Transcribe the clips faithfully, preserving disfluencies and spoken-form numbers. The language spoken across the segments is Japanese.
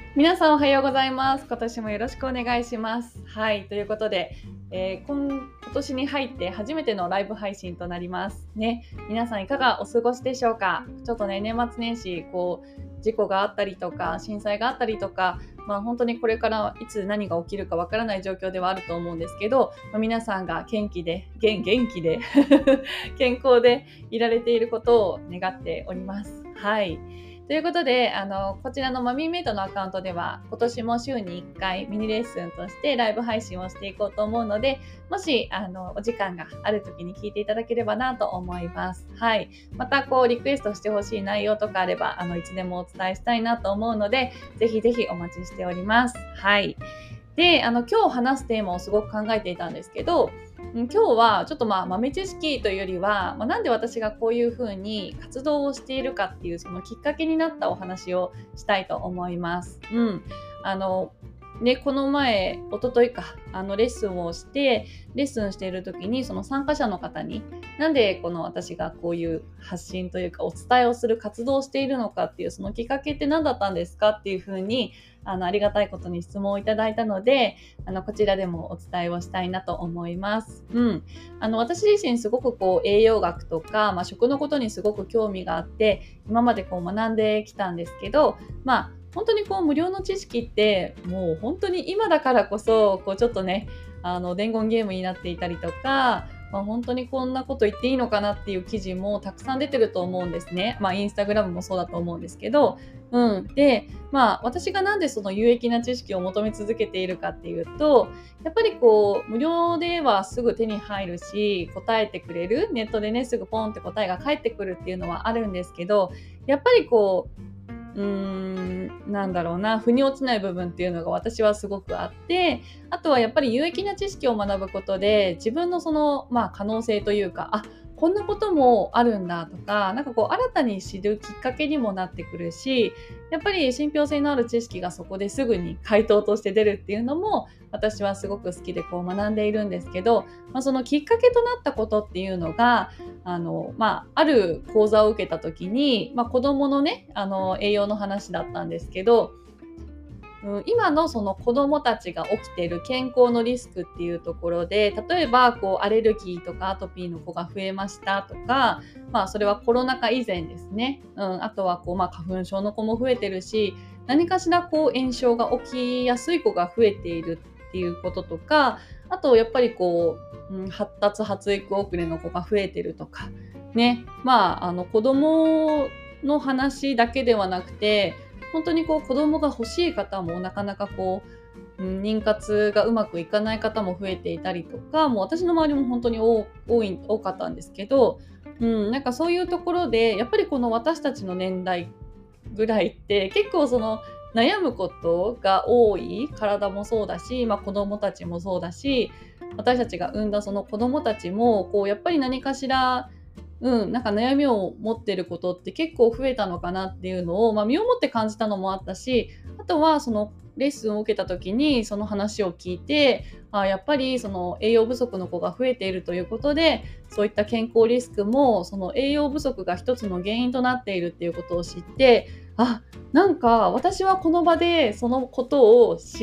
皆さんおはようございます。今年もよろしくお願いします。はい、ということで、えー、今今年に入って初めてのライブ配信となりますね。皆さんいかがお過ごしでしょうか。ちょっとね、年末年始こう事故があったりとか震災があったりとか、まあ本当にこれからいつ何が起きるかわからない状況ではあると思うんですけど、まあ、皆さんが元気で元元気で健康でいられていることを願っております。はい。ということで、あの、こちらのマミーメイトのアカウントでは、今年も週にいっかいミニレッスンとしてライブ配信をしていこうと思うので、もし、あの、お時間がある時に聞いていただければなと思います。はい。また、こう、リクエストしてほしい内容とかあれば、あの、いつでもお伝えしたいなと思うので、ぜひぜひお待ちしております。はい。で、あの、今日話すテーマをすごく考えていたんですけど、今日はちょっとまあ豆知識というよりは、まあ、なんで私がこういうふうに活動をしているかっていうそのきっかけになったお話をしたいと思います。うん。あの、ね、この前、一昨日か、あのレッスンをして、レッスンしている時にその参加者の方に、なんでこの私がこういう発信というかお伝えをする活動をしているのかっていうそのきっかけって何だったんですかっていうふうに、あのありがたいことに質問をいただいたので、あのこちらでもお伝えをしたいなと思います。うん、あの私自身すごくこう栄養学とか、まあ、食のことにすごく興味があって今までこう学んできたんですけど、まあ本当にこう無料の知識ってもう本当に今だからこそこうちょっとねあの伝言ゲームになっていたりとか、まあ、本当にこんなこと言っていいのかなっていう記事もたくさん出てると思うんですね。まあインスタグラムもそうだと思うんですけど、うん、で、まあ私がなんでその有益な知識を求め続けているかっていうと、やっぱりこう無料ではすぐ手に入るし答えてくれる、ネットでねすぐポンって答えが返ってくるっていうのはあるんですけど、やっぱりこううーん、なんだろうな、腑に落ちない部分っていうのが私はすごくあって、あとはやっぱり有益な知識を学ぶことで、自分のその、まあ可能性というか、あ、こんなこともあるんだとか、なんかこう新たに知るきっかけにもなってくるし、やっぱり信憑性のある知識がそこですぐに回答として出るっていうのも、私はすごく好きでこう学んでいるんですけど、まあ、そのきっかけとなったことっていうのが、あの、まあ、ある講座を受けた時に、まあ、子供のね、あの、栄養の話だったんですけど、うん、今のその子どもたちが起きている健康のリスクっていうところで、例えばこうアレルギーとかアトピーの子が増えましたとか、まあそれはコロナ禍以前ですね。うん、あとはこうまあ花粉症の子も増えてるし、何かしらこう炎症が起きやすい子が増えているっていうこととか、あとやっぱりこう、うん、発達発育遅れの子が増えてるとか、ね、まああの子供の話だけではなくて、本当にこう子供が欲しい方もなかなかこう、うん、妊活がうまくいかない方も増えていたりとか、もう私の周りも本当に多多い多かったんですけど、うん、なんかそういうところで、やっぱりこの私たちの年代ぐらいって結構その悩むことが多い、体もそうだし、まあ、子供たちもそうだし、私たちが産んだその子供たちもこうやっぱり何かしらうん、なんか悩みを持ってることって結構増えたのかなっていうのを、まあ、身をもって感じたのもあったし、あとはそのレッスンを受けた時にその話を聞いて、あ、やっぱりその栄養不足の子が増えているということで、そういった健康リスクもその栄養不足が一つの原因となっているっていうことを知って、あ、なんか私はこの場でそのことを知って、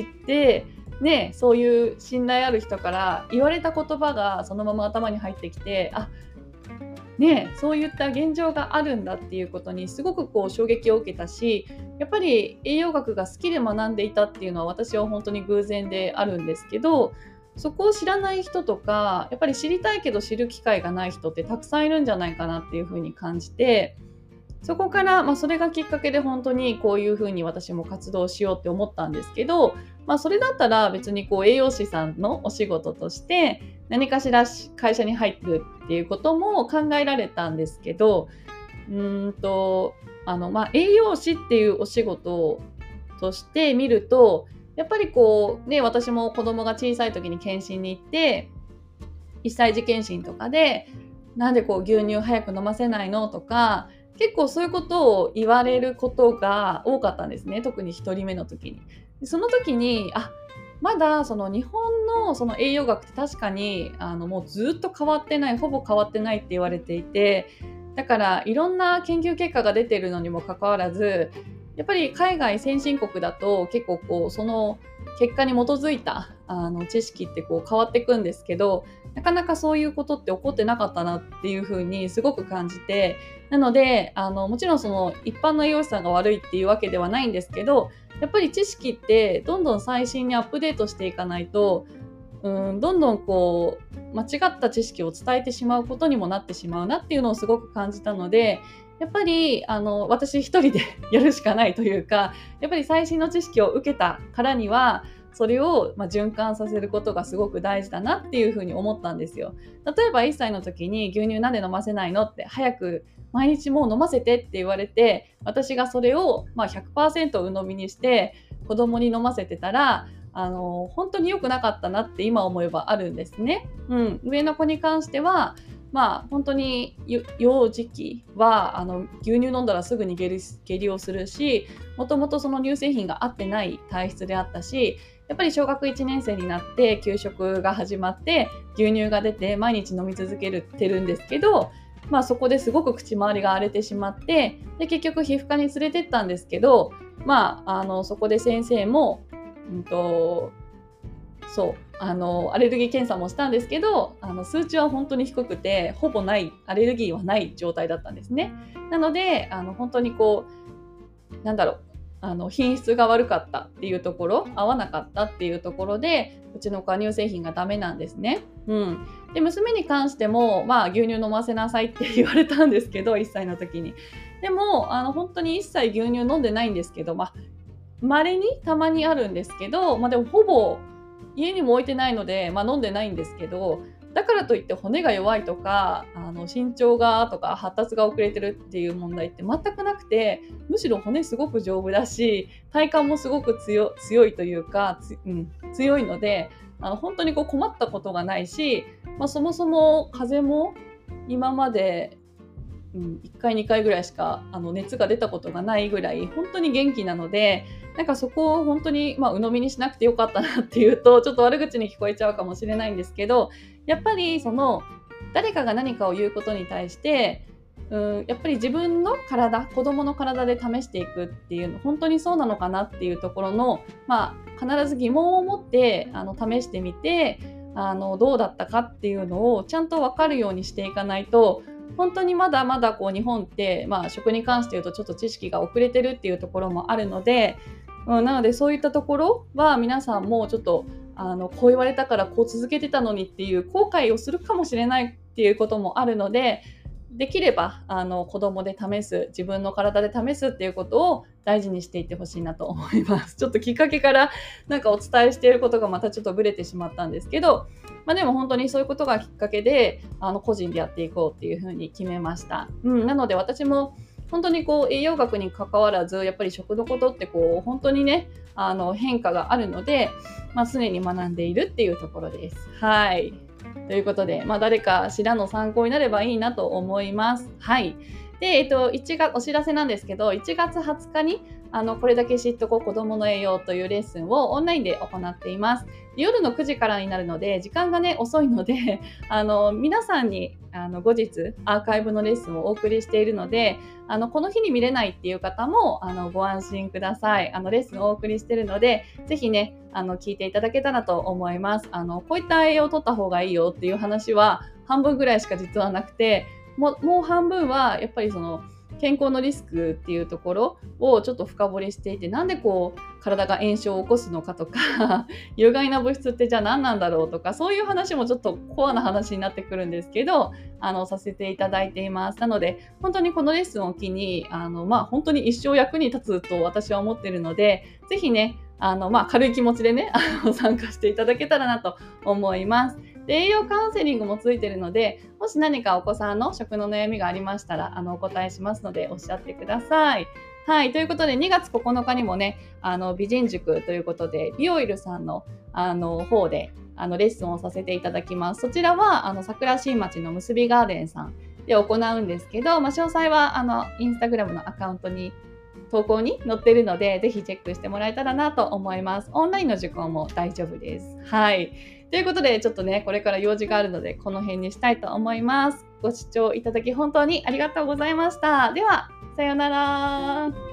ね、そういう信頼ある人から言われた言葉がそのまま頭に入ってきて、あ、ね、そういった現状があるんだっていうことにすごくこう衝撃を受けたし、やっぱり栄養学が好きで学んでいたっていうのは私は本当に偶然であるんですけど、そこを知らない人とか、やっぱり知りたいけど知る機会がない人ってたくさんいるんじゃないかなっていうふうに感じて、そこから、まあ、それがきっかけで本当にこういうふうに私も活動しようって思ったんですけど、まあ、それだったら別にこう栄養士さんのお仕事として何かしら会社に入るっていうことも考えられたんですけど、うーんとあの、まあ、栄養士っていうお仕事として見ると、やっぱりこうね、私も子供が小さい時に検診に行って、いっさい児検診とかでなんでこう牛乳早く飲ませないのとか、結構そういうことを言われることが多かったんですね。特にひとりめの時に。その時に、あ、まだその日本のその栄養学って確かにあのもうずっと変わってない、ほぼ変わってないって言われていて、だからいろんな研究結果が出てるのにもかかわらず、 やっぱり海外先進国だと結構こうその結果に基づいたあの知識ってこう変わっていくんですけど、なかなかそういうことって起こってなかったなっていうふうにすごく感じて、なのであのもちろんその一般の栄養士さんが悪いっていうわけではないんですけど、やっぱり知識ってどんどん最新にアップデートしていかないと、うんどんどんこう間違った知識を伝えてしまうことにもなってしまうなっていうのをすごく感じたので、やっぱりあの私一人でやるしかないというか、やっぱり最新の知識を受けたからにはそれを、まあ、循環させることがすごく大事だなっていうふうに思ったんですよ。例えばいっさいの時に牛乳なんで飲ませないのって、早く毎日もう飲ませてって言われて、私がそれを、まあ、ひゃくパーセント 鵜呑みにして子供に飲ませてたら、あの本当に良くなかったなって今思えばあるんですね。うん、上の子に関してはまあ本当に幼児期はあの牛乳飲んだらすぐに下痢、下痢をするし、もともとその乳製品が合ってない体質であったし、やっぱり小学いちねん生になって給食が始まって牛乳が出て毎日飲み続けてるんですけど、まあ、そこですごく口周りが荒れてしまって、で結局皮膚科に連れてったんですけど、まあ、あのそこで先生も、うんとそうあのアレルギー検査もしたんですけど、あの数値は本当に低くてほぼない、アレルギーはない状態だったんですね。なのであの本当にこうなんだろうあの品質が悪かったっていうところ、合わなかったっていうところでうちの子は乳製品がダメなんですね。うん、で娘に関しても、まあ、牛乳飲ませなさいって言われたんですけど、いっさいの時に。でもあの本当に一切牛乳飲んでないんですけど、まあ稀にたまにあるんですけど、まあ、でもほぼ家にも置いてないので、まあ、飲んでないんですけど、だからといって骨が弱いとかあの身長がとか発達が遅れてるっていう問題って全くなくて、むしろ骨すごく丈夫だし体幹もすごく 強, 強いというか、うん、強いので、あの本当にこう困ったことがないし、まあ、そもそも風邪も今までうん、いっかいにかいぐらいしかあの熱が出たことがないぐらい本当に元気なので、なんかそこを本当に、まあ、鵜呑みにしなくてよかったなっていうとちょっと悪口に聞こえちゃうかもしれないんですけど、やっぱりその誰かが何かを言うことに対してうんやっぱり自分の体、子供の体で試していくっていうの本当にそうなのかなっていうところの、まあ、必ず疑問を持ってあの試してみて、あのどうだったかっていうのをちゃんと分かるようにしていかないと、本当にまだまだこう日本って、まあ、食に関して言うとちょっと知識が遅れてるっていうところもあるので、うん、なのでそういったところは皆さんもちょっとあのこう言われたからこう続けてたのにっていう後悔をするかもしれないっていうこともあるので、できればあの子供で試す、自分の体で試すっていうことを大事にしていってほしいなと思います。ちょっときっかけからなんかお伝えしていることがまたちょっとブレてしまったんですけど、まあ、でも本当にそういうことがきっかけであの個人でやっていこうっていうふうに決めました。うん、なので私も本当にこう栄養学に関わらずやっぱり食のことってこう本当にねあの変化があるので、まあ、常に学んでいるっていうところです。はい。ということで、まあ、誰かしらの参考になればいいなと思います。はい。で、えっと、いちがつ、お知らせなんですけど、いちがつはつかに、あの、これだけ知っとこう子供の栄養というレッスンをオンラインで行っています。夜のくじからになるので、時間がね、遅いので、あの、皆さんに、あの、後日、アーカイブのレッスンをお送りしているので、あの、この日に見れないっていう方も、あの、ご安心ください。あの、レッスンをお送りしているので、ぜひね、あの、聞いていただけたらと思います。あの、こういった栄養を取った方がいいよっていう話は、半分ぐらいしか実はなくて、もう、もう半分は、やっぱりその、健康のリスクっていうところをちょっと深掘りしていて、なんでこう体が炎症を起こすのかとか有害な物質ってじゃあ何なんだろうとか、そういう話もちょっとコアな話になってくるんですけど、あのさせていただいています。なので本当にこのレッスンを機にあの、まあ、本当に一生役に立つと私は思っているので、ぜひねあの、まあ、軽い気持ちでねあの参加していただけたらなと思います。で、栄養カウンセリングもついているので、もし何かお子さんの食の悩みがありましたらあのお答えしますのでおっしゃってください。はい、ということでにがつここのかにもねあの美人塾ということでビオイルさんのあの方であのレッスンをさせていただきます。そちらはあの桜新町の結びガーデンさんで行うんですけど、まあ、詳細はあのインスタグラムのアカウントに投稿に載っているので、ぜひチェックしてもらえたらなと思います。オンラインの受講も大丈夫です。はい。ということで、ちょっとね、これから用事があるので、この辺にしたいと思います。ご視聴いただき本当にありがとうございました。では、さようなら。